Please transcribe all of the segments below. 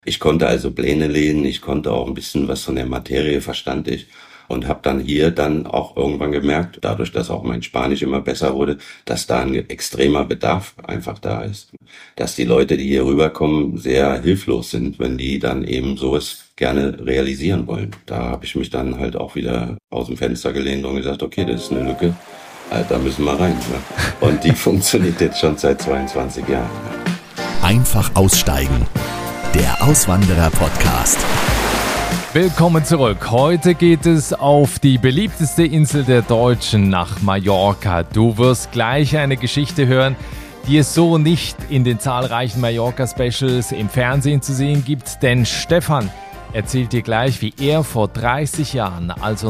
Ich konnte also Pläne lesen, ich konnte auch ein bisschen was von der Materie, verstand ich. Und habe dann hier dann auch irgendwann gemerkt, dadurch, dass auch mein Spanisch immer besser wurde, dass da ein extremer Bedarf einfach da ist. Dass die Leute, die hier rüberkommen, sehr hilflos sind, wenn die dann eben sowas gerne realisieren wollen. Da habe ich mich dann halt auch wieder aus dem Fenster gelehnt und gesagt, okay, das ist eine Lücke, da müssen wir rein. Ne? Und die funktioniert jetzt schon seit 22 Jahren. Einfach aussteigen. Der Auswanderer-Podcast. Willkommen zurück. Heute geht es auf die beliebteste Insel der Deutschen, nach Mallorca. Du wirst gleich eine Geschichte hören, die es so nicht in den zahlreichen Mallorca-Specials im Fernsehen zu sehen gibt, denn Stefan erzählt dir gleich, wie er vor 30 Jahren, also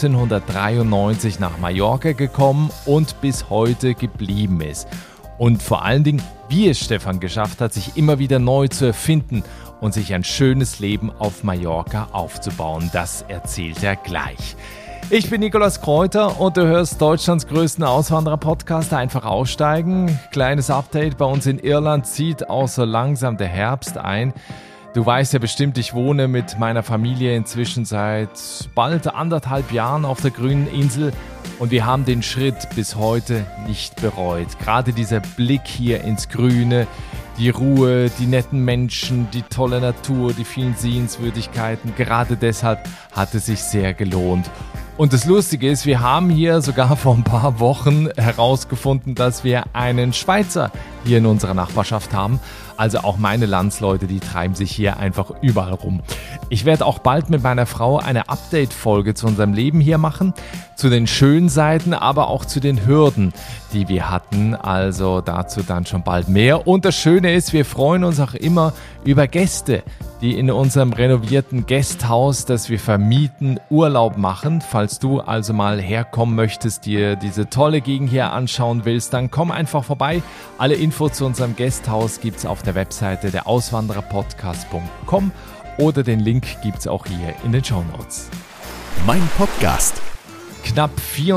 1993, nach Mallorca gekommen und bis heute geblieben ist. Und vor allen Dingen, wie es Stefan geschafft hat, sich immer wieder neu zu erfinden und sich ein schönes Leben auf Mallorca aufzubauen. Das erzählt er gleich. Ich bin Nikolaus Kräuter und du hörst Deutschlands größten Auswanderer-Podcast Einfach aussteigen. Kleines Update, bei uns in Irland zieht auch so langsam der Herbst ein. Du weißt ja bestimmt, ich wohne mit meiner Familie inzwischen seit bald 1,5 Jahren auf der grünen Insel und wir haben den Schritt bis heute nicht bereut. Gerade dieser Blick hier ins Grüne, die Ruhe, die netten Menschen, die tolle Natur, die vielen Sehenswürdigkeiten, gerade deshalb hat es sich sehr gelohnt. Und das Lustige ist, wir haben hier sogar vor ein paar Wochen herausgefunden, dass wir einen Schweizer hier in unserer Nachbarschaft haben. Also auch meine Landsleute, die treiben sich hier einfach überall rum. Ich werde auch bald mit meiner Frau eine Update-Folge zu unserem Leben hier machen, zu den schönen Seiten, aber auch zu den Hürden, die wir hatten. Also dazu dann schon bald mehr. Und das Schöne ist, wir freuen uns auch immer über Gäste, die in unserem renovierten Gasthaus, das wir vermieten, Urlaub machen. Falls du also mal herkommen möchtest, dir diese tolle Gegend hier anschauen willst, dann komm einfach vorbei. Alle Infos zu unserem Gasthaus gibt's auf der Webseite der Auswandererpodcast.com oder den Link gibt's auch hier in den Shownotes. Mein Podcast. Knapp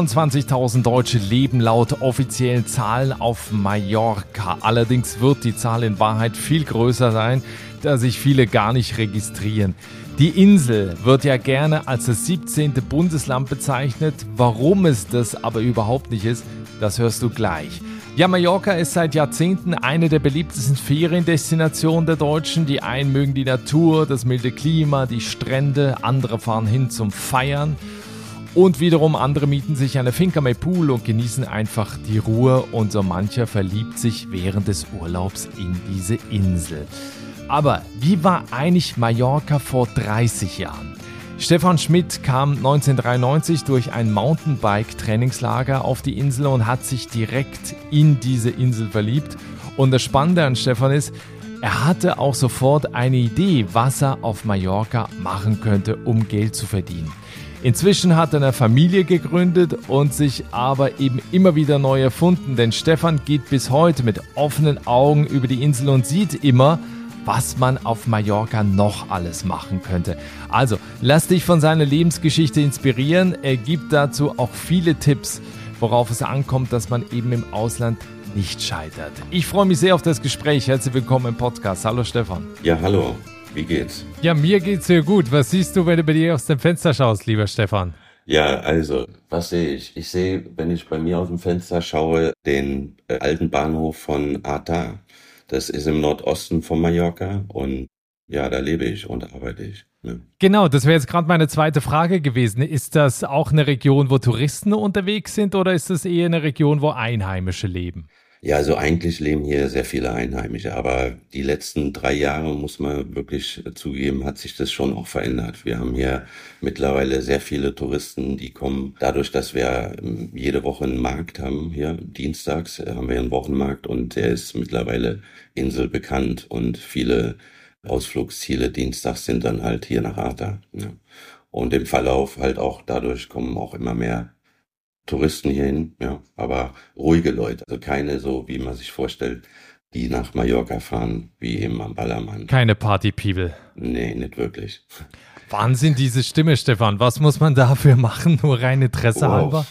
24.000 Deutsche leben laut offiziellen Zahlen auf Mallorca. Allerdings wird die Zahl in Wahrheit viel größer sein, da sich viele gar nicht registrieren. Die Insel wird ja gerne als das 17. Bundesland bezeichnet. Warum es das aber überhaupt nicht ist, das hörst du gleich. Ja, Mallorca ist seit Jahrzehnten eine der beliebtesten Feriendestinationen der Deutschen. Die einen mögen die Natur, das milde Klima, die Strände, andere fahren hin zum Feiern. Und wiederum andere mieten sich eine Finca mit Pool und genießen einfach die Ruhe. Und so mancher verliebt sich während des Urlaubs in diese Insel. Aber wie war eigentlich Mallorca vor 30 Jahren? Stefan Schmidt kam 1993 durch ein Mountainbike-Trainingslager auf die Insel und hat sich direkt in diese Insel verliebt. Und das Spannende an Stefan ist, er hatte auch sofort eine Idee, was er auf Mallorca machen könnte, um Geld zu verdienen. Inzwischen hat er eine Familie gegründet und sich aber eben immer wieder neu erfunden, denn Stefan geht bis heute mit offenen Augen über die Insel und sieht immer, was man auf Mallorca noch alles machen könnte. Also, lass dich von seiner Lebensgeschichte inspirieren. Er gibt dazu auch viele Tipps, worauf es ankommt, dass man eben im Ausland nicht scheitert. Ich freue mich sehr auf das Gespräch. Herzlich willkommen im Podcast. Hallo Stefan. Ja, hallo. Wie geht's? Ja, mir geht's sehr gut. Was siehst du, wenn du bei dir aus dem Fenster schaust, lieber Stefan? Ja, also, was sehe ich? Ich sehe, wenn ich bei mir aus dem Fenster schaue, den alten Bahnhof von Arta. Das ist im Nordosten von Mallorca und ja, da lebe ich und arbeite ich. Ne? Genau, das wäre jetzt gerade meine zweite Frage gewesen. Ist das auch eine Region, wo Touristen unterwegs sind oder ist das eher eine Region, wo Einheimische leben? Ja, also eigentlich leben hier sehr viele Einheimische, aber die letzten 3 Jahre, muss man wirklich zugeben, hat sich das schon auch verändert. Wir haben hier mittlerweile sehr viele Touristen, die kommen dadurch, dass wir jede Woche einen Markt haben. Hier dienstags haben wir einen Wochenmarkt und der ist mittlerweile inselbekannt und viele Ausflugsziele dienstags sind dann halt hier nach Arta. Ja. Und im Verlauf halt auch dadurch kommen auch immer mehr Touristen hierhin, ja, aber ruhige Leute, also keine so, wie man sich vorstellt, die nach Mallorca fahren, wie eben am Ballermann. Keine Party-People. Nee, nicht wirklich. Wahnsinn, diese Stimme, Stefan. Was muss man dafür machen? Nur rein Interesse halber?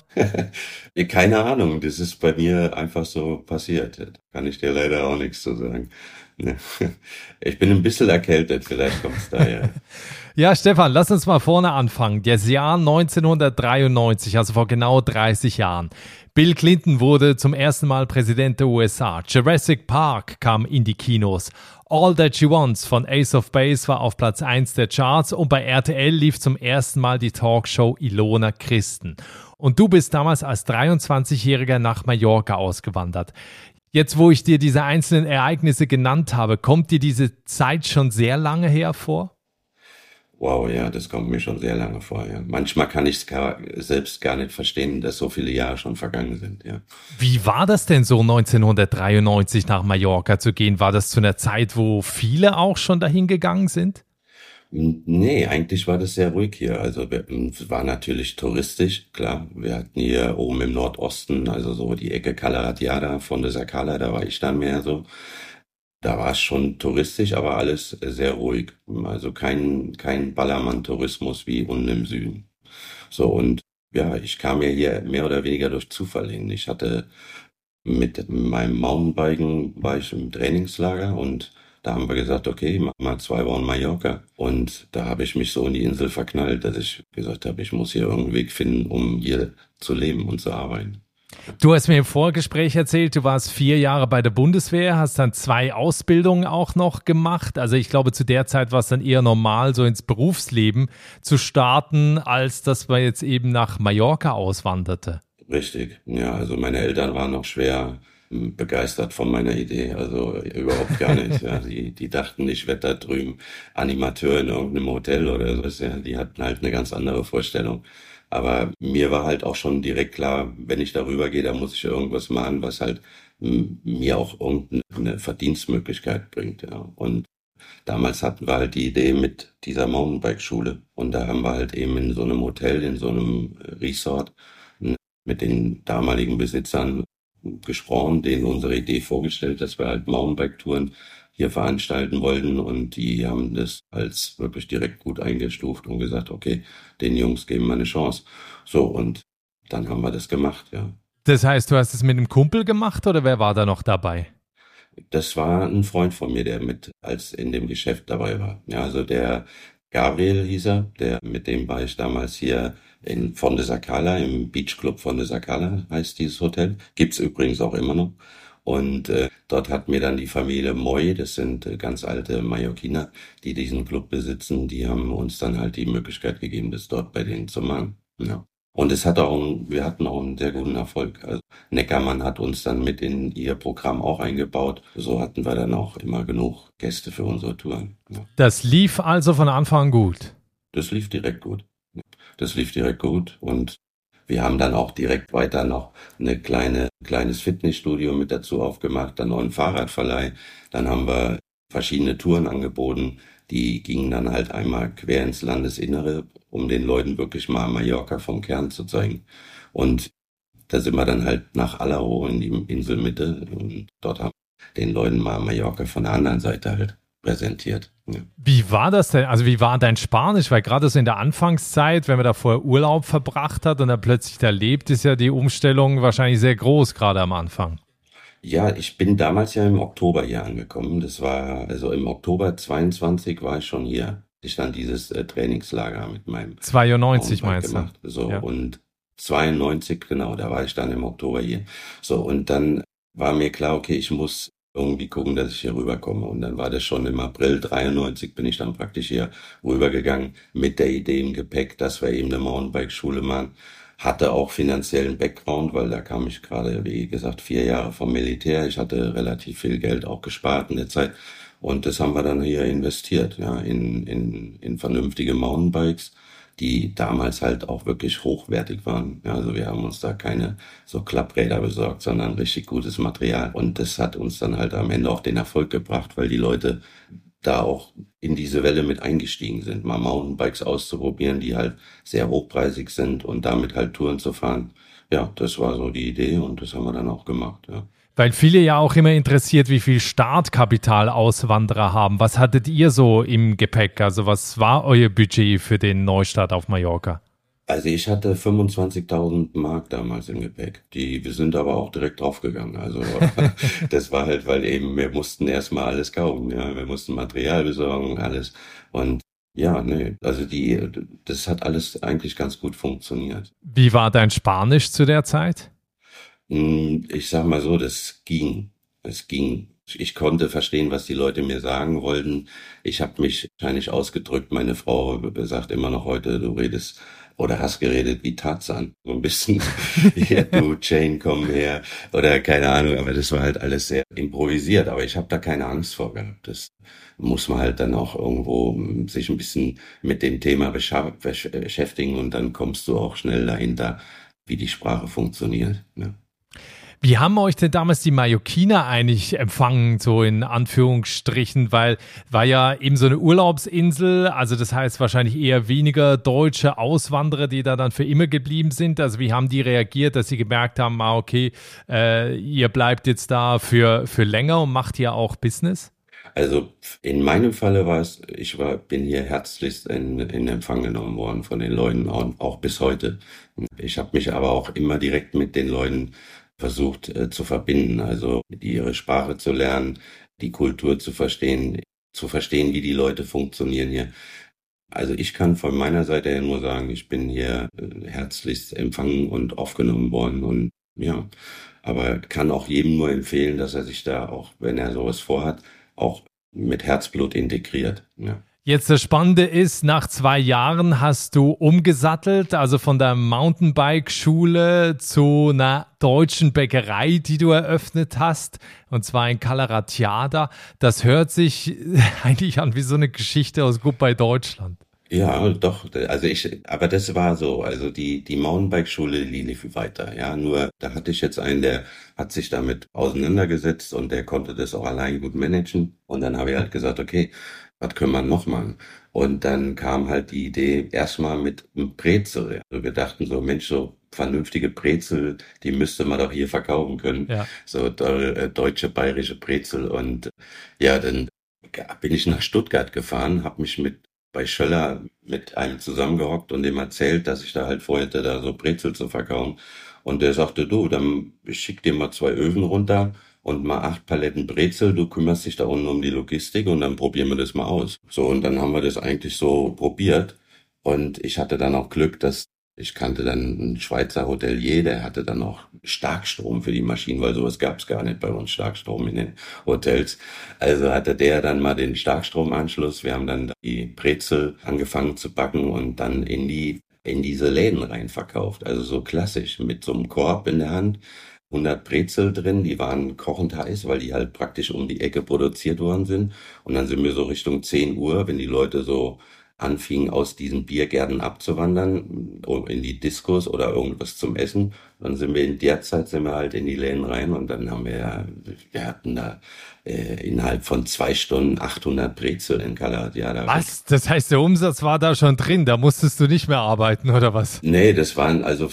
Keine Ahnung, das ist bei mir einfach so passiert. Da kann ich dir leider auch nichts zu sagen. Ich bin ein bisschen erkältet, vielleicht kommt es daher. Ja, Stefan, lass uns mal vorne anfangen. Das Jahr 1993, also vor genau 30 Jahren. Bill Clinton wurde zum ersten Mal Präsident der USA. Jurassic Park kam in die Kinos. All That She Wants von Ace of Base war auf Platz 1 der Charts und bei RTL lief zum ersten Mal die Talkshow Ilona Christen. Und du bist damals als 23-Jähriger nach Mallorca ausgewandert. Jetzt, wo ich dir diese einzelnen Ereignisse genannt habe, kommt dir diese Zeit schon sehr lange hervor? Wow, ja, das kommt mir schon sehr lange vor, ja. Manchmal kann ich es selbst gar nicht verstehen, dass so viele Jahre schon vergangen sind, ja. Wie war das denn so 1993 nach Mallorca zu gehen? War das zu einer Zeit, wo viele auch schon dahin gegangen sind? Nee, eigentlich war das sehr ruhig hier. Also es war natürlich touristisch, klar. Wir hatten hier oben im Nordosten, also so die Ecke Cala Ratjada von der Sakala, da war ich dann mehr so. Da war es schon touristisch, aber alles sehr ruhig. Also kein Ballermann-Tourismus wie unten im Süden. So, und ja, ich kam ja hier mehr oder weniger durch Zufall hin. Ich hatte mit meinem Mountainbiken war ich im Trainingslager und da haben wir gesagt, okay, mach mal 2 Wochen Mallorca. Und da habe ich mich so in die Insel verknallt, dass ich gesagt habe, ich muss hier irgendeinen Weg finden, um hier zu leben und zu arbeiten. Du hast mir im Vorgespräch erzählt, du warst 4 Jahre bei der Bundeswehr, hast dann 2 Ausbildungen auch noch gemacht. Also ich glaube, zu der Zeit war es dann eher normal, so ins Berufsleben zu starten, als dass man jetzt eben nach Mallorca auswanderte. Richtig, ja, also meine Eltern waren noch schwer begeistert von meiner Idee, also überhaupt gar nicht. Ja, die dachten, ich werde da drüben Animateur in irgendeinem Hotel oder so. Ja, die hatten halt eine ganz andere Vorstellung. Aber mir war halt auch schon direkt klar, wenn ich darüber gehe, dann muss ich irgendwas machen, was halt mir auch irgendeine Verdienstmöglichkeit bringt. Ja. Und damals hatten wir halt die Idee mit dieser Mountainbike-Schule. Und da haben wir halt eben in so einem Hotel, in so einem Resort mit den damaligen Besitzern gesprochen, denen unsere Idee vorgestellt, dass wir halt Mountainbike-Touren hier veranstalten wollten und die haben das als wirklich direkt gut eingestuft und gesagt, okay, den Jungs geben wir eine Chance. So, und dann haben wir das gemacht, ja. Das heißt, du hast es mit einem Kumpel gemacht oder wer war da noch dabei? Das war ein Freund von mir, der mit als in dem Geschäft dabei war. Ja, also der Gabriel hieß er, mit dem war ich damals hier in Font de Sakala, im Beachclub Font de Sakala heißt dieses Hotel. Gibt's übrigens auch immer noch. Und dort hat mir dann die Familie Moy, das sind ganz alte Mallorquiner, die diesen Club besitzen, die haben uns dann halt die Möglichkeit gegeben, das dort bei denen zu machen. Ja. Und wir hatten auch einen sehr guten Erfolg. Also Neckermann hat uns dann mit in ihr Programm auch eingebaut. So hatten wir dann auch immer genug Gäste für unsere Touren. Ja. Das lief also von Anfang an gut? Das lief direkt gut. Das lief direkt gut und wir haben dann auch direkt weiter noch kleines Fitnessstudio mit dazu aufgemacht, dann noch einen Fahrradverleih. Dann haben wir verschiedene Touren angeboten, die gingen dann halt einmal quer ins Landesinnere, um den Leuten wirklich mal Mallorca vom Kern zu zeigen. Und da sind wir dann halt nach Alaro in die Inselmitte und dort haben wir den Leuten mal Mallorca von der anderen Seite halt präsentiert. Ja. Wie war das denn? Also wie war dein Spanisch? Weil gerade so in der Anfangszeit, wenn man da vorher Urlaub verbracht hat und dann plötzlich da lebt, ist ja die Umstellung wahrscheinlich sehr groß, gerade am Anfang. Ja, ich bin damals ja im Oktober hier angekommen. Das war, also im Oktober 22 war ich schon hier. Ich dann dieses Trainingslager mit meinem 92 meinst du? gemacht. So, ja. Und 92, genau, da war ich dann im Oktober hier. So, und dann war mir klar, okay, ich muss irgendwie gucken, dass ich hier rüberkomme. Und dann war das schon im April 93 bin ich dann praktisch hier rübergegangen mit der Idee im Gepäck, dass wir eben eine Mountainbike-Schule machen. Hatte auch finanziellen Background, weil da kam ich gerade, wie gesagt, 4 Jahre vom Militär. Ich hatte relativ viel Geld auch gespart in der Zeit. Und das haben wir dann hier investiert, ja, in vernünftige Mountainbikes, die damals halt auch wirklich hochwertig waren. Ja, also wir haben uns da keine so Klappräder besorgt, sondern richtig gutes Material. Und das hat uns dann halt am Ende auch den Erfolg gebracht, weil die Leute da auch in diese Welle mit eingestiegen sind, mal Mountainbikes auszuprobieren, die halt sehr hochpreisig sind und damit halt Touren zu fahren. Ja, das war so die Idee und das haben wir dann auch gemacht, ja. Weil viele ja auch immer interessiert, wie viel Startkapital Auswanderer haben. Was hattet ihr so im Gepäck? Also was war euer Budget für den Neustart auf Mallorca? Also ich hatte 25.000 Mark damals im Gepäck. Wir sind aber auch direkt draufgegangen. Also das war halt, weil eben wir mussten erstmal alles kaufen. Ja, wir mussten Material besorgen, alles. Und ja, nee, also das hat alles eigentlich ganz gut funktioniert. Wie war dein Spanisch zu der Zeit? Ich sag mal so, das ging. Es ging. Ich konnte verstehen, was die Leute mir sagen wollten. Ich habe mich wahrscheinlich ausgedrückt. Meine Frau sagt immer noch heute, du redest oder hast geredet wie Tarzan. So ein bisschen, hier, du Jane, komm her. Oder keine Ahnung, aber das war halt alles sehr improvisiert. Aber ich habe da keine Angst vor gehabt. Das muss man halt dann auch irgendwo sich ein bisschen mit dem Thema beschäftigen und dann kommst du auch schnell dahinter, wie die Sprache funktioniert. Ne? Wie haben euch denn damals die Mallorquiner eigentlich empfangen, so in Anführungsstrichen, weil war ja eben so eine Urlaubsinsel, also das heißt wahrscheinlich eher weniger deutsche Auswanderer, die da dann für immer geblieben sind. Also wie haben die reagiert, dass sie gemerkt haben, okay, ihr bleibt jetzt da für länger und macht hier auch Business? Also in meinem Falle war es, bin hier herzlichst in Empfang genommen worden von den Leuten, auch bis heute. Ich habe mich aber auch immer direkt mit den Leuten versucht zu verbinden, also ihre Sprache zu lernen, die Kultur zu verstehen, wie die Leute funktionieren hier. Also ich kann von meiner Seite her nur sagen, ich bin hier herzlichst empfangen und aufgenommen worden und ja, aber kann auch jedem nur empfehlen, dass er sich da auch, wenn er sowas vorhat, auch mit Herzblut integriert. Ja. Jetzt das Spannende ist, nach 2 Jahren hast du umgesattelt, also von der Mountainbike-Schule zu einer deutschen Bäckerei, die du eröffnet hast, und zwar in Calaratiada. Das hört sich eigentlich an wie so eine Geschichte aus Goodbye Deutschland. Ja, doch, aber das war so, also die Mountainbike-Schule, die lief weiter, ja, nur da hatte ich jetzt einen, der hat sich damit auseinandergesetzt und der konnte das auch allein gut managen und dann habe ich halt gesagt, okay, was können wir noch machen? Und dann kam halt die Idee, erstmal mit einem Brezel. Also wir dachten so, Mensch, so vernünftige Brezel, die müsste man doch hier verkaufen können. Ja. So deutsche, bayerische Brezel. Und ja, dann bin ich nach Stuttgart gefahren, habe mich bei Schöller mit einem zusammengehockt und dem erzählt, dass ich da halt vorhätte, da so Brezel zu verkaufen. Und der sagte, du, dann schick dir mal 2 Öfen runter und mal 8 Paletten Brezel, du kümmerst dich da unten um die Logistik und dann probieren wir das mal aus. So, und dann haben wir das eigentlich so probiert und ich hatte dann auch Glück, dass ich kannte dann einen Schweizer Hotelier, der hatte dann auch Starkstrom für die Maschinen, weil sowas gab's gar nicht bei uns, Starkstrom in den Hotels. Also hatte der dann mal den Starkstromanschluss. Wir haben dann die Brezel angefangen zu backen und dann in diese Läden rein verkauft. Also so klassisch mit so einem Korb in der Hand. 100 Brezel drin, die waren kochend heiß, weil die halt praktisch um die Ecke produziert worden sind. Und dann sind wir so Richtung 10 Uhr, wenn die Leute so anfingen, aus diesen Biergärten abzuwandern, in die Diskos oder irgendwas zum Essen. Dann sind wir in der Zeit halt in die Läden rein und dann wir hatten da innerhalb von 2 Stunden 800 Brezel in Calaratiada. Was? Das heißt, der Umsatz war da schon drin, da musstest du nicht mehr arbeiten, oder was? Nee, das waren also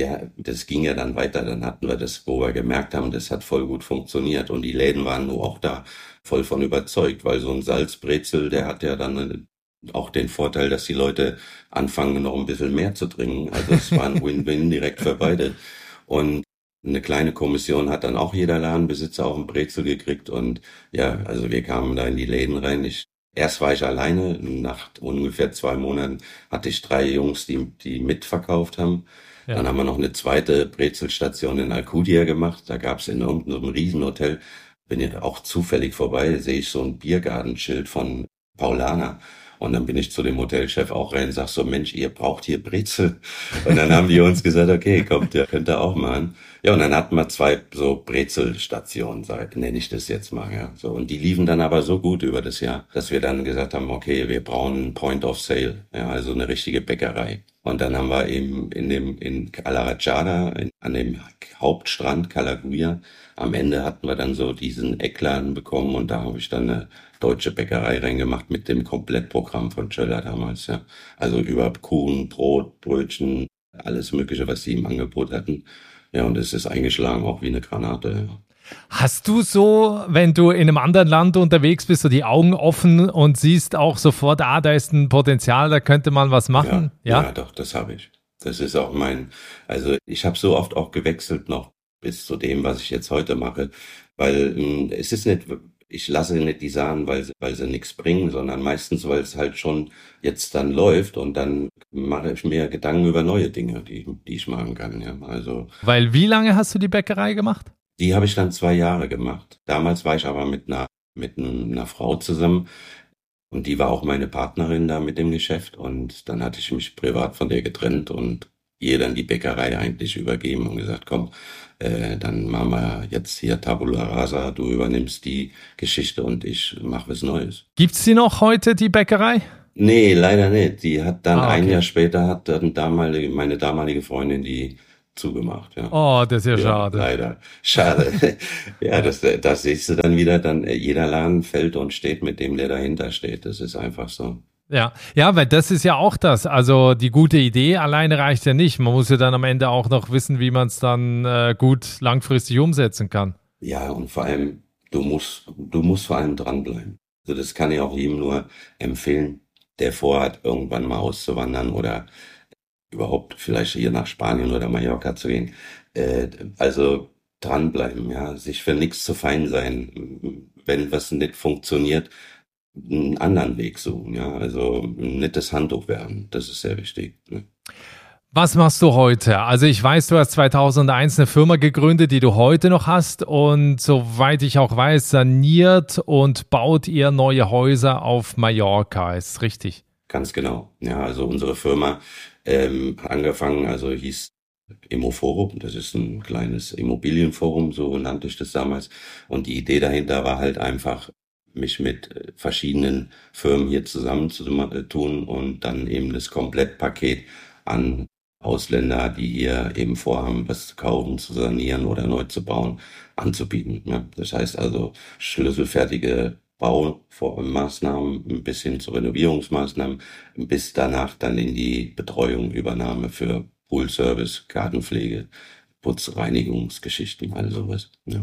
das ging ja dann weiter, dann hatten wir das, wo wir gemerkt haben, das hat voll gut funktioniert und die Läden waren nur auch da voll von überzeugt, weil so ein Salzbrezel, der hat ja dann auch den Vorteil, dass die Leute anfangen, noch ein bisschen mehr zu trinken. Also es war ein Win-Win direkt für beide. Und eine kleine Kommission hat dann auch jeder Ladenbesitzer auch ein Brezel gekriegt. Und ja, also wir kamen da in die Läden rein. Erst war ich alleine. Nach ungefähr 2 Monaten hatte ich 3 Jungs, die mitverkauft haben. Ja. Dann haben wir noch eine zweite Brezelstation in Alcudia gemacht. Da gab es in irgendeinem Riesenhotel, bin ich auch zufällig vorbei, sehe ich so ein Biergartenschild von Paulaner. Und dann bin ich zu dem Hotelchef auch rein und sag so, Mensch, ihr braucht hier Brezel. Und dann haben die uns gesagt, okay, kommt, ihr könnt ihr auch machen. Ja, und dann hatten wir 2 so Brezelstationen, nenne ich das jetzt mal, ja. So, und die liefen dann aber so gut über das Jahr, dass wir dann gesagt haben, okay, wir brauchen einen Point of Sale, ja, also eine richtige Bäckerei. Und dann haben wir eben in Calaratiada, an dem Hauptstrand Calagurria, am Ende hatten wir dann so diesen Eckladen bekommen und da habe ich dann eine deutsche Bäckerei reingemacht mit dem Komplettprogramm von Schöller damals, ja. Also über Kuchen, Brot, Brötchen, alles Mögliche, was sie im Angebot hatten. Ja, und es ist eingeschlagen auch wie eine Granate, ja. Hast du so, wenn du in einem anderen Land unterwegs bist, so die Augen offen und siehst auch sofort, da ist ein Potenzial, da könnte man was machen? Ja, doch, das habe ich. Das ist auch also ich habe so oft auch gewechselt noch bis zu dem, was ich jetzt heute mache, weil es ist nicht, ich lasse nicht die Sachen, weil sie nichts bringen, sondern meistens, weil es halt schon jetzt dann läuft und dann mache ich mir Gedanken über neue Dinge, die ich machen kann, ja. Also Weil wie lange hast du die Bäckerei gemacht? die habe ich dann 2 Jahre gemacht. Damals war ich aber mit einer Frau zusammen und die war auch meine Partnerin da mit dem Geschäft und dann hatte ich mich privat von der getrennt und ihr dann die Bäckerei eigentlich übergeben und gesagt, komm, dann machen wir jetzt hier Tabula Rasa, du übernimmst die Geschichte und ich mache was Neues. Gibt's die noch heute, die Bäckerei? Nee, leider nicht. Die hat dann Ah, ein okay. Jahr später hat dann meine damalige Freundin die zugemacht, ja. Oh, das ist ja Ja, schade. leider. Schade. Ja, das siehst du dann wieder, jeder Laden fällt und steht mit dem, der dahinter steht. Das ist einfach so. Ja, ja, weil das ist ja auch das. Also die gute Idee alleine reicht ja nicht. Man muss ja dann am Ende auch noch wissen, wie man es dann gut langfristig umsetzen kann. Ja, und vor allem, du musst vor allem dranbleiben. Also das kann ich auch jedem nur empfehlen, der vorhat, irgendwann mal auszuwandern oder überhaupt vielleicht hier nach Spanien oder Mallorca zu gehen. Also dranbleiben, ja, sich für nichts zu fein sein. Wenn was nicht funktioniert, einen anderen Weg suchen, ja, also nicht das Handtuch werfen, das ist sehr wichtig. Ne? Was machst du heute? Also ich weiß, du hast 2001 eine Firma gegründet, die du heute noch hast und soweit ich auch weiß, saniert und baut ihr neue Häuser auf Mallorca. Ist richtig? Ganz genau. Ja, also unsere Firma angefangen, also hieß Immoforum, das ist ein kleines Immobilienforum, so nannte ich das damals. Und die Idee dahinter war halt einfach, mich mit verschiedenen Firmen hier zusammenzutun und dann eben das Komplettpaket an Ausländer, die hier eben vorhaben, was zu kaufen, zu sanieren oder neu zu bauen, anzubieten. Ja. Das heißt also schlüsselfertige Baumaßnahmen bis hin zu Renovierungsmaßnahmen, bis danach dann in die Betreuung, Übernahme für Poolservice, Gartenpflege, Putzreinigungsgeschichten, all sowas. Ja.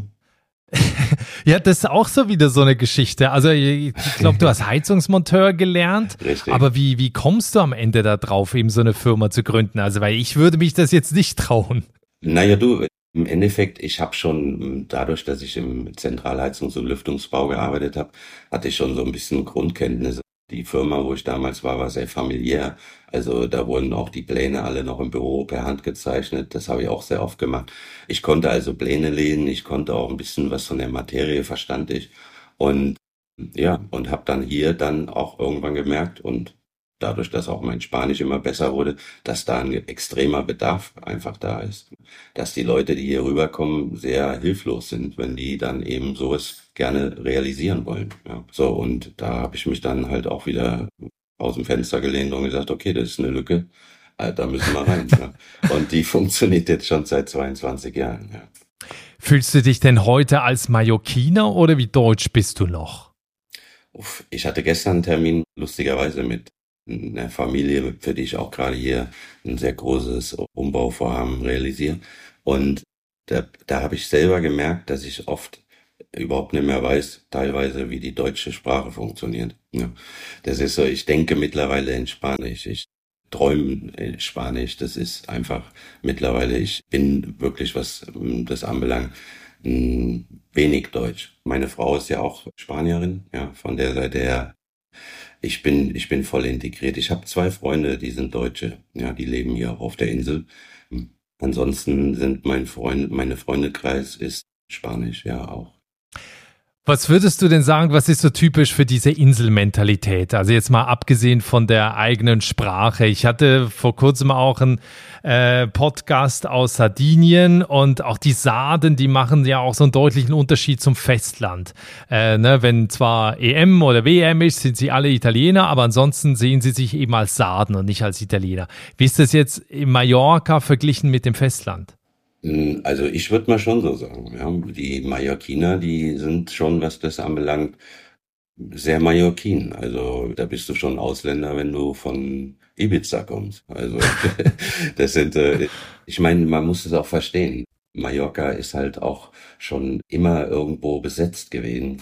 Ja, das ist auch so wieder so eine Geschichte. Also ich glaube, du hast Heizungsmonteur gelernt, Richtig. aber wie kommst du am Ende da drauf, eben so eine Firma zu gründen? Also weil ich würde mich das jetzt nicht trauen. Naja, du, im Endeffekt, ich habe schon, dadurch, dass ich im Zentralheizungs- und Lüftungsbau gearbeitet habe, hatte ich schon so ein bisschen Grundkenntnisse. Die Firma, wo ich damals war sehr familiär. Also da wurden auch die Pläne alle noch im Büro per Hand gezeichnet. Das habe ich auch sehr oft gemacht. Ich konnte also Pläne lesen, ich konnte auch ein bisschen was von der Materie, verstand ich. Und ja, und habe dann hier dann auch irgendwann gemerkt und dadurch, dass auch mein Spanisch immer besser wurde, dass da ein extremer Bedarf einfach da ist. Dass die Leute, die hier rüberkommen, sehr hilflos sind, wenn die dann eben sowas gerne realisieren wollen. Ja. So, und da habe ich mich dann halt auch wieder aus dem Fenster gelehnt und gesagt, okay, das ist eine Lücke, da müssen wir rein. Ja. Und die funktioniert jetzt schon seit 22 Jahren. Ja. Fühlst du dich denn heute als Mallorquiner oder wie deutsch bist du noch? Uff, ich hatte gestern einen Termin, lustigerweise, mit einer Familie, für die ich auch gerade hier ein sehr großes Umbauvorhaben realisiere. Und da habe ich selber gemerkt, dass ich oft überhaupt nicht mehr weiß, teilweise, wie die deutsche Sprache funktioniert. Ja. Das ist so, ich denke mittlerweile in Spanisch, ich träume in Spanisch. Das ist einfach mittlerweile, ich bin wirklich, was das anbelangt, wenig Deutsch. Meine Frau ist ja auch Spanierin, ja, von der Seite her. Ich bin voll integriert. Ich habe 2 Freunde, die sind Deutsche, ja, die leben hier auch auf der Insel. Ansonsten sind meine Freundekreis ist Spanisch, ja auch. Was würdest du denn sagen, was ist so typisch für diese Inselmentalität? Also jetzt mal abgesehen von der eigenen Sprache. Ich hatte vor kurzem auch einen Podcast aus Sardinien und auch die Sarden, die machen ja auch so einen deutlichen Unterschied zum Festland. Wenn zwar EM oder WM ist, sind sie alle Italiener, aber ansonsten sehen sie sich eben als Sarden und nicht als Italiener. Wie ist das jetzt in Mallorca verglichen mit dem Festland? Also ich würde mal schon so sagen, ja, die Mallorquiner, die sind schon, was das anbelangt, sehr Mallorquin. Also da bist du schon Ausländer, wenn du von Ibiza kommst. Also das sind, ich meine, man muss es auch verstehen. Mallorca ist halt auch schon immer irgendwo besetzt gewesen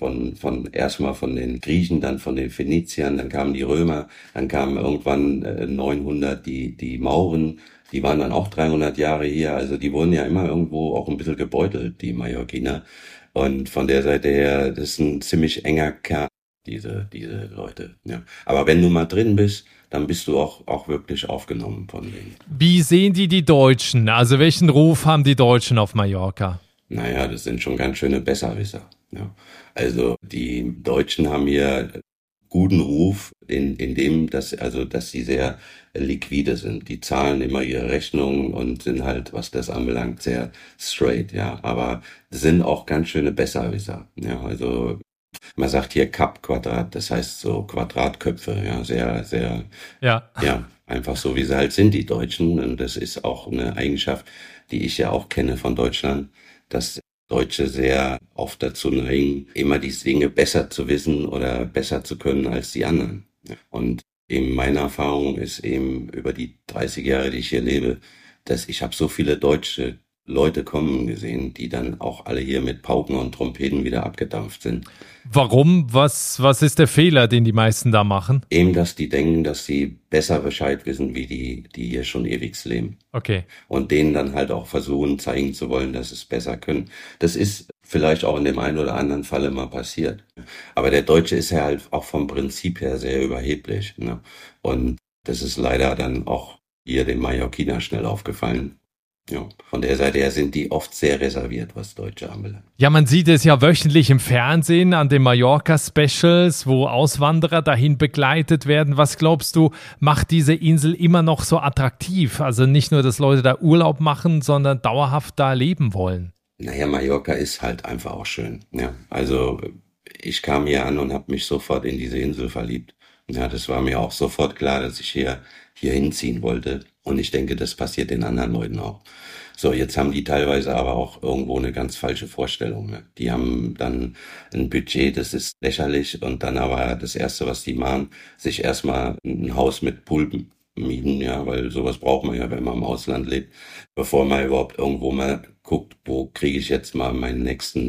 erstmal von den Griechen, dann von den Phöniziern, dann kamen die Römer, dann kamen irgendwann 900 die Mauren, die waren dann auch 300 Jahre hier, also die wurden ja immer irgendwo auch ein bisschen gebeutelt, die Mallorquiner. Und von der Seite her, das ist ein ziemlich enger Kern, diese Leute, ja. Aber wenn du mal drin bist, dann bist du auch wirklich aufgenommen von denen. Wie sehen die Deutschen? Also welchen Ruf haben die Deutschen auf Mallorca? Naja, das sind schon ganz schöne Besserwisser. Ja. Also die Deutschen haben hier guten Ruf in dem, dass sie sehr liquide sind. Die zahlen immer ihre Rechnungen und sind halt, was das anbelangt, sehr straight, ja. Aber sind auch ganz schöne Besserwisser. Ja, also man sagt hier Cup-Quadrat, das heißt so Quadratköpfe, ja, sehr, sehr, Ja. ja, einfach so wie sie halt sind, die Deutschen. Und das ist auch eine Eigenschaft, die ich ja auch kenne von Deutschland, dass Deutsche sehr oft dazu neigen, immer die Dinge besser zu wissen oder besser zu können als die anderen. Und eben meine Erfahrung ist eben über die 30 Jahre, die ich hier lebe, dass ich habe so viele deutsche Leute kommen gesehen, die dann auch alle hier mit Pauken und Trompeten wieder abgedampft sind. Warum? Was ist der Fehler, den die meisten da machen? Eben, dass die denken, dass sie besser Bescheid wissen, wie die hier schon ewig leben. Okay. Und denen dann halt auch versuchen, zeigen zu wollen, dass sie es besser können. Das ist vielleicht auch in dem einen oder anderen Falle mal passiert. Aber der Deutsche ist ja halt auch vom Prinzip her sehr überheblich, ne? Und das ist leider dann auch hier den Mallorquiner schnell aufgefallen. Ja, von der Seite her sind die oft sehr reserviert, was Deutsche anbelangt. Ja, man sieht es ja wöchentlich im Fernsehen an den Mallorca-Specials, wo Auswanderer dahin begleitet werden. Was glaubst du, macht diese Insel immer noch so attraktiv? Also nicht nur, dass Leute da Urlaub machen, sondern dauerhaft da leben wollen. Naja, Mallorca ist halt einfach auch schön. Ja, also ich kam hier an und habe mich sofort in diese Insel verliebt. Ja, das war mir auch sofort klar, dass ich hier hinziehen wollte. Und ich denke, das passiert den anderen Leuten auch. So, jetzt haben die teilweise aber auch irgendwo eine ganz falsche Vorstellung. Ne? Die haben dann ein Budget, das ist lächerlich. Und dann aber das Erste, was die machen, sich erstmal ein Haus mit Pool mieten. Ja, weil sowas braucht man ja, wenn man im Ausland lebt. Bevor man überhaupt irgendwo mal guckt, wo kriege ich jetzt mal mein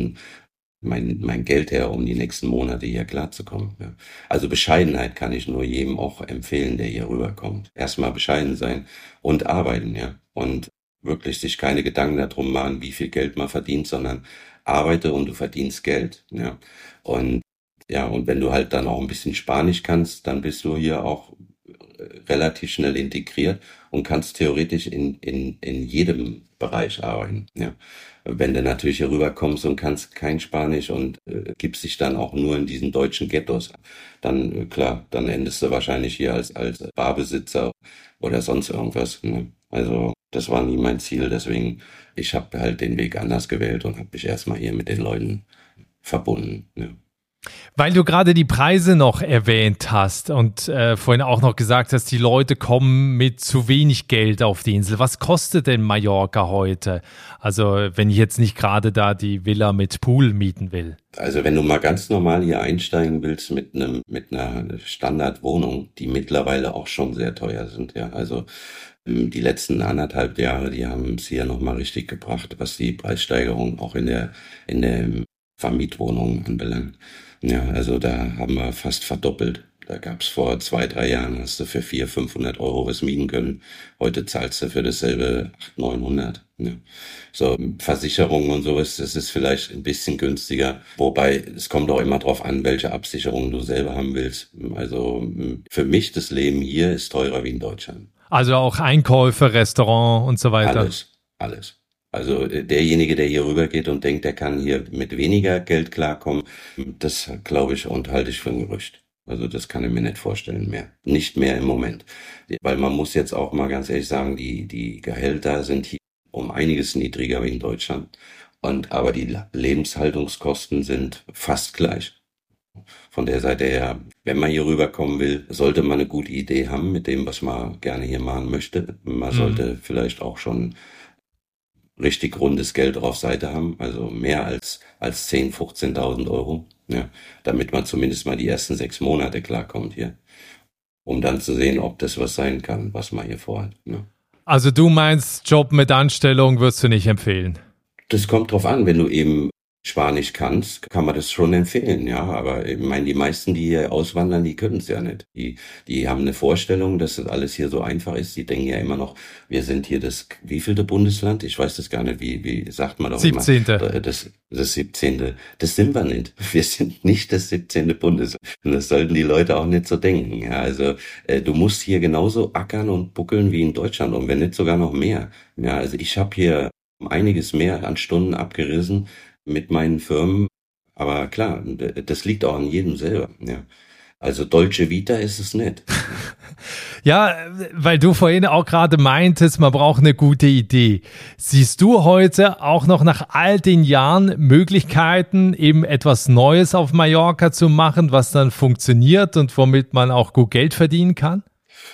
Geld her, um die nächsten Monate hier klarzukommen. Ja. Also Bescheidenheit kann ich nur jedem auch empfehlen, der hier rüberkommt. Erstmal bescheiden sein und arbeiten, ja. Und wirklich sich keine Gedanken darum machen, wie viel Geld man verdient, sondern arbeite und du verdienst Geld, ja. Und ja, und wenn du halt dann auch ein bisschen Spanisch kannst, dann bist du hier auch relativ schnell integriert und kannst theoretisch in jedem Bereich arbeiten, ja. Wenn du natürlich hier rüberkommst und kannst kein Spanisch und gibst dich dann auch nur in diesen deutschen Ghettos, dann klar, dann endest du wahrscheinlich hier als Barbesitzer oder sonst irgendwas. Ne? Also das war nie mein Ziel, deswegen ich habe halt den Weg anders gewählt und habe mich erstmal hier mit den Leuten verbunden. Ne? Weil du gerade die Preise noch erwähnt hast und vorhin auch noch gesagt hast, die Leute kommen mit zu wenig Geld auf die Insel. Was kostet denn Mallorca heute? Also wenn ich jetzt nicht gerade da die Villa mit Pool mieten will. Also wenn du mal ganz normal hier einsteigen willst mit einer Standardwohnung, die mittlerweile auch schon sehr teuer sind, ja, also die letzten 1,5 Jahre, die haben es hier nochmal richtig gebracht, was die Preissteigerung auch in der Vermietwohnung anbelangt. Ja, also da haben wir fast verdoppelt. Da gab's vor 2-3 Jahren, hast du für 400-500 Euro was mieten können. Heute zahlst du für dasselbe 800-900. Ja. So, Versicherungen und sowas, das ist vielleicht ein bisschen günstiger. Wobei, es kommt auch immer drauf an, welche Absicherung du selber haben willst. Also, für mich, das Leben hier ist teurer wie in Deutschland. Also auch Einkäufe, Restaurant und so weiter. Alles. Also derjenige, der hier rüber geht und denkt, der kann hier mit weniger Geld klarkommen, das glaube ich und halte ich für ein Gerücht. Also das kann ich mir nicht vorstellen mehr. Nicht mehr im Moment. Weil man muss jetzt auch mal ganz ehrlich sagen, die Gehälter sind hier um einiges niedriger wie in Deutschland. Aber die Lebenshaltungskosten sind fast gleich. Von der Seite her, wenn man hier rüberkommen will, sollte man eine gute Idee haben mit dem, was man gerne hier machen möchte. Man sollte vielleicht auch schon richtig rundes Geld auf Seite haben, also mehr als 10.000, 15.000 Euro, ja, damit man zumindest mal die ersten 6 Monate klarkommt hier, um dann zu sehen, ob das was sein kann, was man hier vorhat. Ne? Also du meinst, Job mit Anstellung würdest du nicht empfehlen? Das kommt drauf an, wenn du eben Spanisch kannst, kann man das schon empfehlen, ja. Aber ich meine, die meisten, die hier auswandern, die können es ja nicht. Die haben eine Vorstellung, dass das alles hier so einfach ist. Die denken ja immer noch, wir sind hier das wievielte Bundesland? Ich weiß das gar nicht, wie sagt man doch 17. immer. Das 17. Das sind wir nicht. Wir sind nicht das 17. Bundesland. Und das sollten die Leute auch nicht so denken. Ja, also du musst hier genauso ackern und buckeln wie in Deutschland und wenn nicht sogar noch mehr. Ja, also ich habe hier einiges mehr an Stunden abgerissen mit meinen Firmen, aber klar, das liegt auch an jedem selber, ja. Also Dolce Vita ist es nicht. Ja, weil du vorhin auch gerade meintest, man braucht eine gute Idee. Siehst du heute auch noch nach all den Jahren Möglichkeiten, eben etwas Neues auf Mallorca zu machen, was dann funktioniert und womit man auch gut Geld verdienen kann?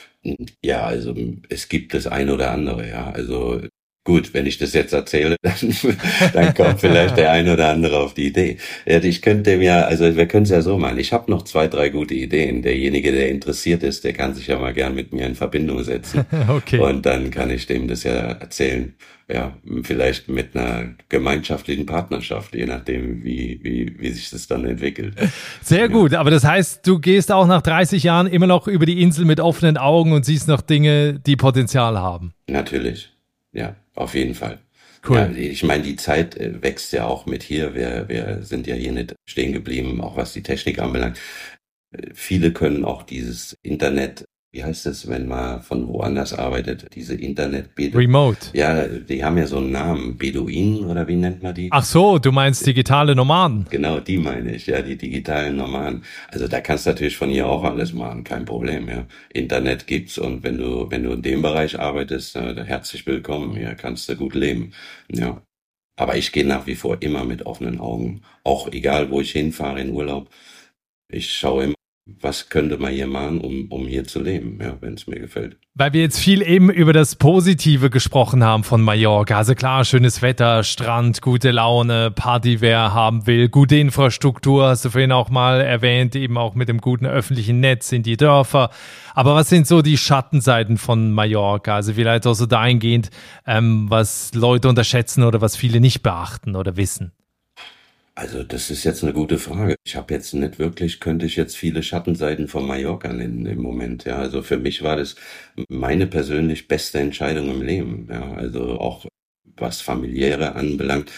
Ja, also es gibt das ein oder andere, ja. Also gut, wenn ich das jetzt erzähle, dann kommt vielleicht der ein oder andere auf die Idee. Ja, ich könnte mir, also wir können es ja so machen. Ich habe noch 2, 3 gute Ideen. Derjenige, der interessiert ist, der kann sich ja mal gern mit mir in Verbindung setzen. Okay. Und dann kann ich dem das ja erzählen. Ja, vielleicht mit einer gemeinschaftlichen Partnerschaft, je nachdem, wie sich das dann entwickelt. Sehr gut, aber das heißt, du gehst auch nach 30 Jahren immer noch über die Insel mit offenen Augen und siehst noch Dinge, die Potenzial haben. Natürlich. Ja, auf jeden Fall. Cool. Ja, ich meine, die Zeit wächst ja auch mit hier. Wir sind ja hier nicht stehen geblieben, auch was die Technik anbelangt. Viele können auch dieses Internet, wie heißt es, wenn man von woanders arbeitet, diese Remote. Ja, die haben ja so einen Namen, Beduinen oder wie nennt man die? Ach so, du meinst digitale Nomaden. Genau, die meine ich, ja, die digitalen Nomaden. Also da kannst du natürlich von hier auch alles machen, kein Problem, ja. Internet gibt's und wenn du in dem Bereich arbeitest, herzlich willkommen, hier kannst du gut leben, ja. Aber ich gehe nach wie vor immer mit offenen Augen, auch egal, wo ich hinfahre in Urlaub. Ich schaue immer, was könnte man hier machen, um hier zu leben, ja, wenn es mir gefällt. Weil wir jetzt viel eben über das Positive gesprochen haben von Mallorca. Also klar, schönes Wetter, Strand, gute Laune, Party, wer haben will, gute Infrastruktur, hast du vorhin auch mal erwähnt, eben auch mit dem guten öffentlichen Netz in die Dörfer. Aber was sind so die Schattenseiten von Mallorca? Also vielleicht auch so dahingehend, was Leute unterschätzen oder was viele nicht beachten oder wissen. Also das ist jetzt eine gute Frage. Ich habe jetzt nicht wirklich, könnte ich jetzt viele Schattenseiten von Mallorca nennen im Moment. Ja, also für mich war das meine persönlich beste Entscheidung im Leben. Ja, also auch was familiäre anbelangt.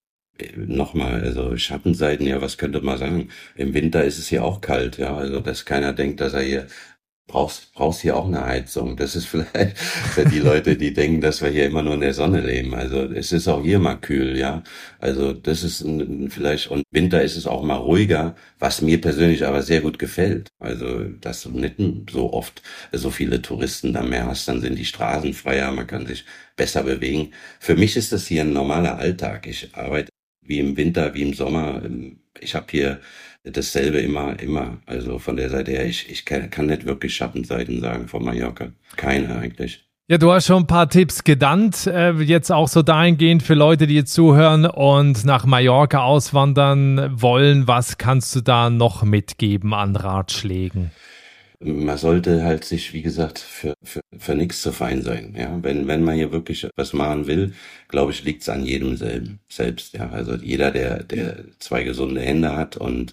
Nochmal, also Schattenseiten, ja, was könnte man sagen? Im Winter ist es hier auch kalt, ja, also dass keiner denkt, dass er hier brauchst hier auch eine Heizung. Das ist vielleicht für die Leute, die denken, dass wir hier immer nur in der Sonne leben. Also es ist auch hier mal kühl, ja. Also das ist vielleicht, und Winter ist es auch mal ruhiger, was mir persönlich aber sehr gut gefällt. Also, dass du nicht so oft so viele Touristen da mehr hast, dann sind die Straßen freier, man kann sich besser bewegen. Für mich ist das hier ein normaler Alltag. Ich arbeite wie im Winter, wie im Sommer. Ich habe hier dasselbe immer. Also von der Seite her, ich kann nicht wirklich Schattenseiten sagen von Mallorca. Keine eigentlich. Ja, du hast schon ein paar Tipps genannt, jetzt auch so dahingehend für Leute, die jetzt zuhören und nach Mallorca auswandern wollen. Was kannst du da noch mitgeben an Ratschlägen? Man sollte halt sich, wie gesagt, für nichts zu fein sein. Ja, wenn man hier wirklich was machen will, glaube ich, liegt's an jedem selbst. Ja, also jeder, der 2 gesunde Hände hat und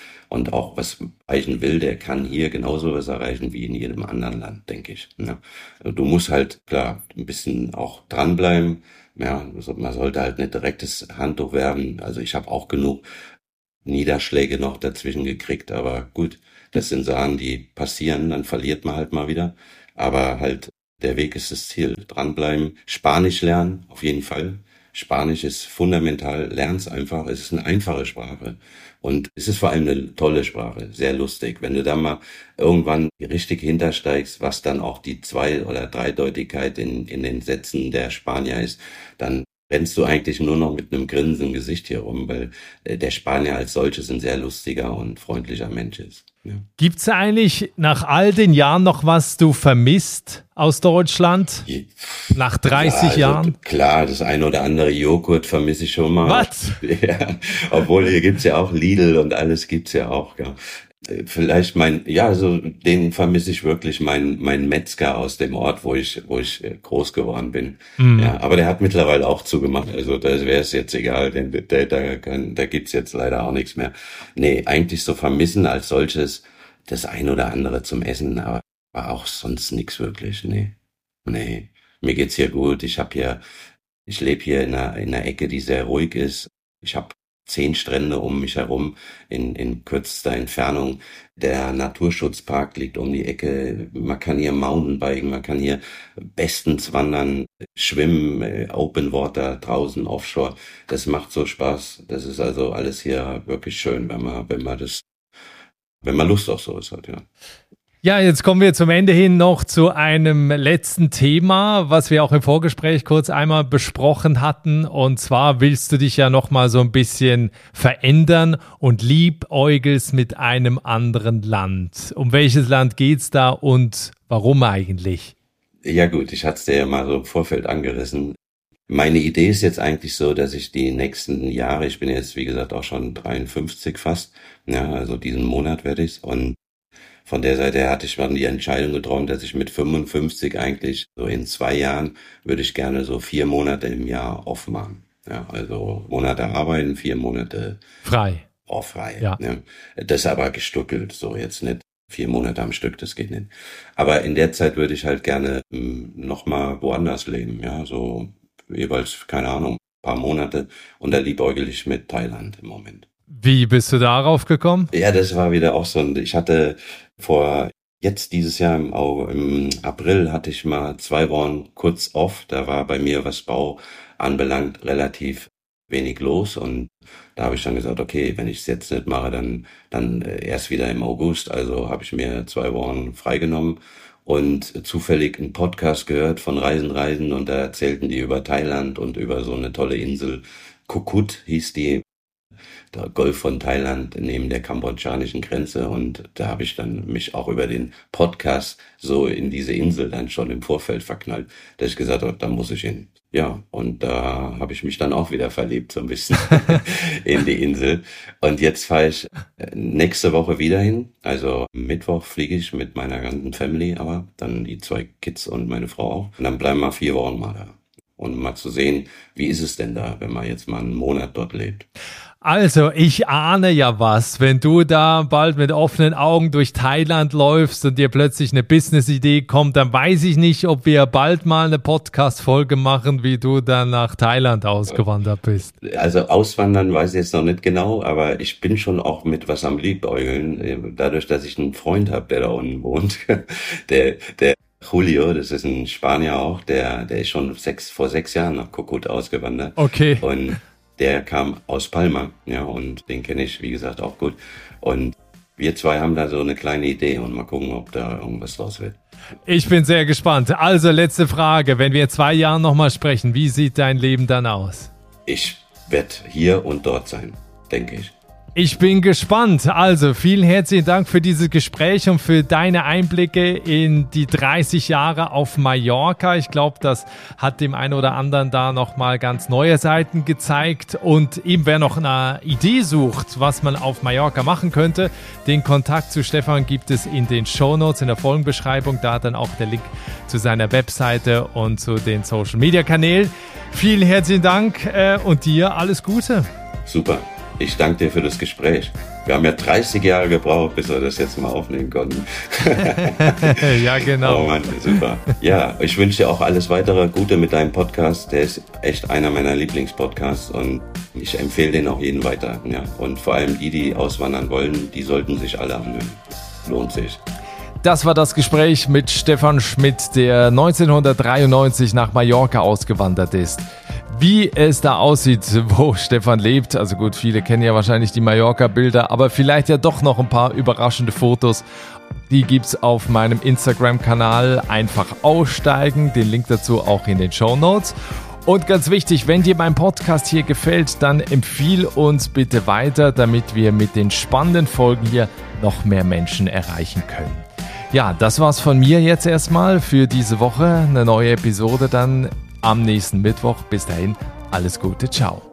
auch was erreichen will, der kann hier genauso was erreichen wie in jedem anderen Land, denke ich. Ja, du musst halt klar ein bisschen auch dranbleiben. Ja, man sollte halt nicht direkt das Handtuch werfen. Also ich habe auch genug Niederschläge noch dazwischen gekriegt, aber gut. Das sind Sachen, die passieren, dann verliert man halt mal wieder. Aber halt, der Weg ist das Ziel. Dranbleiben, Spanisch lernen, auf jeden Fall. Spanisch ist fundamental, lern's einfach. Es ist eine einfache Sprache. Und es ist vor allem eine tolle Sprache, sehr lustig. Wenn du da mal irgendwann richtig hintersteigst, was dann auch die 2- oder 3-Deutigkeit in den Sätzen der Spanier ist, dann rennst du eigentlich nur noch mit einem grinsenden Gesicht hier rum, weil der Spanier als solches ein sehr lustiger und freundlicher Mensch ist. Ja. Gibt's eigentlich nach all den Jahren noch was du vermisst aus Deutschland? Nach 30 Jahren? Klar, das eine oder andere Joghurt vermisse ich schon mal. Was? Ja, obwohl hier gibt's ja auch Lidl und alles gibt's ja auch. Ja. Vielleicht also den vermisse ich wirklich, mein Metzger aus dem Ort, wo ich groß geworden bin. Ja, aber der hat mittlerweile auch zugemacht, also da wäre es jetzt egal, denn da gibt's jetzt leider auch nichts mehr. Nee, eigentlich so vermissen als solches das ein oder andere zum Essen, aber auch sonst nichts wirklich, nee. Nee, mir geht's hier gut, ich lebe hier in einer Ecke, die sehr ruhig ist. Ich habe 10 Strände um mich herum in kürzester Entfernung. Der Naturschutzpark liegt um die Ecke. Man kann hier Mountainbiken, man kann hier bestens wandern, schwimmen, Open Water draußen, Offshore. Das macht so Spaß. Das ist also alles hier wirklich schön, wenn man Lust auf sowas hat, ja. Ja, jetzt kommen wir zum Ende hin noch zu einem letzten Thema, was wir auch im Vorgespräch kurz einmal besprochen hatten. Und zwar willst du dich ja noch mal so ein bisschen verändern und liebäugelst mit einem anderen Land. Um welches Land geht's da und warum eigentlich? Ja gut, ich hatte es dir ja mal so im Vorfeld angerissen. Meine Idee ist jetzt eigentlich so, dass ich die nächsten Jahre, ich bin jetzt wie gesagt auch schon 53 fast, ja, also diesen Monat werde ich's, und von der Seite her hatte ich mal die Entscheidung getroffen, dass ich mit 55 eigentlich, so in 2 Jahren, würde ich gerne so 4 Monate im Jahr off machen. Ja, also Monate arbeiten, 4 Monate frei. Frei. Ja. Ja. Das aber gestückelt, so jetzt nicht 4 Monate am Stück, das geht nicht. Aber in der Zeit würde ich halt gerne nochmal woanders leben, ja, so jeweils, keine Ahnung, paar Monate, und da liebäugel ich mit Thailand im Moment. Wie bist du darauf gekommen? Ja, das war wieder auch so ich hatte dieses Jahr im April hatte ich mal 2 Wochen kurz off, da war bei mir, was Bau anbelangt, relativ wenig los, und da habe ich dann gesagt, okay, wenn ich es jetzt nicht mache, dann erst wieder im August, also habe ich mir 2 Wochen freigenommen und zufällig einen Podcast gehört von Reisen, und da erzählten die über Thailand und über so eine tolle Insel, Koh Kut hieß die, der Golf von Thailand neben der kambodschanischen Grenze, und da habe ich dann mich auch über den Podcast so in diese Insel dann schon im Vorfeld verknallt, dass ich gesagt habe, da muss ich hin. Ja, und da habe ich mich dann auch wieder verliebt, so ein bisschen in die Insel. Und jetzt fahre ich nächste Woche wieder hin. Also Mittwoch fliege ich mit meiner ganzen Family, aber dann die 2 Kids und meine Frau auch. Und dann bleiben wir 4 Wochen mal da. Und mal zu sehen, wie ist es denn da, wenn man jetzt mal einen Monat dort lebt. Also, ich ahne ja was, wenn du da bald mit offenen Augen durch Thailand läufst und dir plötzlich eine Business-Idee kommt, dann weiß ich nicht, ob wir bald mal eine Podcast-Folge machen, wie du dann nach Thailand ausgewandert bist. Also auswandern weiß ich jetzt noch nicht genau, aber ich bin schon auch mit was am Liebäugeln, dadurch, dass ich einen Freund habe, der da unten wohnt, der Julio, das ist ein Spanier auch, der ist schon vor 6 Jahren nach Koh Kut ausgewandert. Okay. Und der kam aus Palma, ja, und den kenne ich, wie gesagt, auch gut. Und wir 2 haben da so eine kleine Idee, und mal gucken, ob da irgendwas draus wird. Ich bin sehr gespannt. Also, letzte Frage. Wenn wir in 2 Jahren nochmal sprechen, wie sieht dein Leben dann aus? Ich werde hier und dort sein, denke ich. Ich bin gespannt. Also vielen herzlichen Dank für dieses Gespräch und für deine Einblicke in die 30 Jahre auf Mallorca. Ich glaube, das hat dem einen oder anderen da nochmal ganz neue Seiten gezeigt. Und eben, wer noch eine Idee sucht, was man auf Mallorca machen könnte, den Kontakt zu Stefan gibt es in den Shownotes, in der Folgenbeschreibung. Da dann auch der Link zu seiner Webseite und zu den Social-Media-Kanälen. Vielen herzlichen Dank und dir alles Gute. Super. Ich danke dir für das Gespräch. Wir haben ja 30 Jahre gebraucht, bis wir das jetzt mal aufnehmen konnten. Ja, genau. Oh Mann, super. Ja, ich wünsche dir auch alles weitere Gute mit deinem Podcast. Der ist echt einer meiner Lieblingspodcasts, und ich empfehle den auch jedem weiter. Ja. Und vor allem die auswandern wollen, die sollten sich alle anhören. Lohnt sich. Das war das Gespräch mit Stefan Schmidt, der 1993 nach Mallorca ausgewandert ist. Wie es da aussieht, wo Stefan lebt, also gut, viele kennen ja wahrscheinlich die Mallorca-Bilder, aber vielleicht ja doch noch ein paar überraschende Fotos. Die gibt's auf meinem Instagram-Kanal, einfach aussteigen, den Link dazu auch in den Shownotes. Und ganz wichtig, wenn dir mein Podcast hier gefällt, dann empfiehl uns bitte weiter, damit wir mit den spannenden Folgen hier noch mehr Menschen erreichen können. Ja, das war's von mir jetzt erstmal für diese Woche. Eine neue Episode dann am nächsten Mittwoch. Bis dahin, alles Gute, ciao.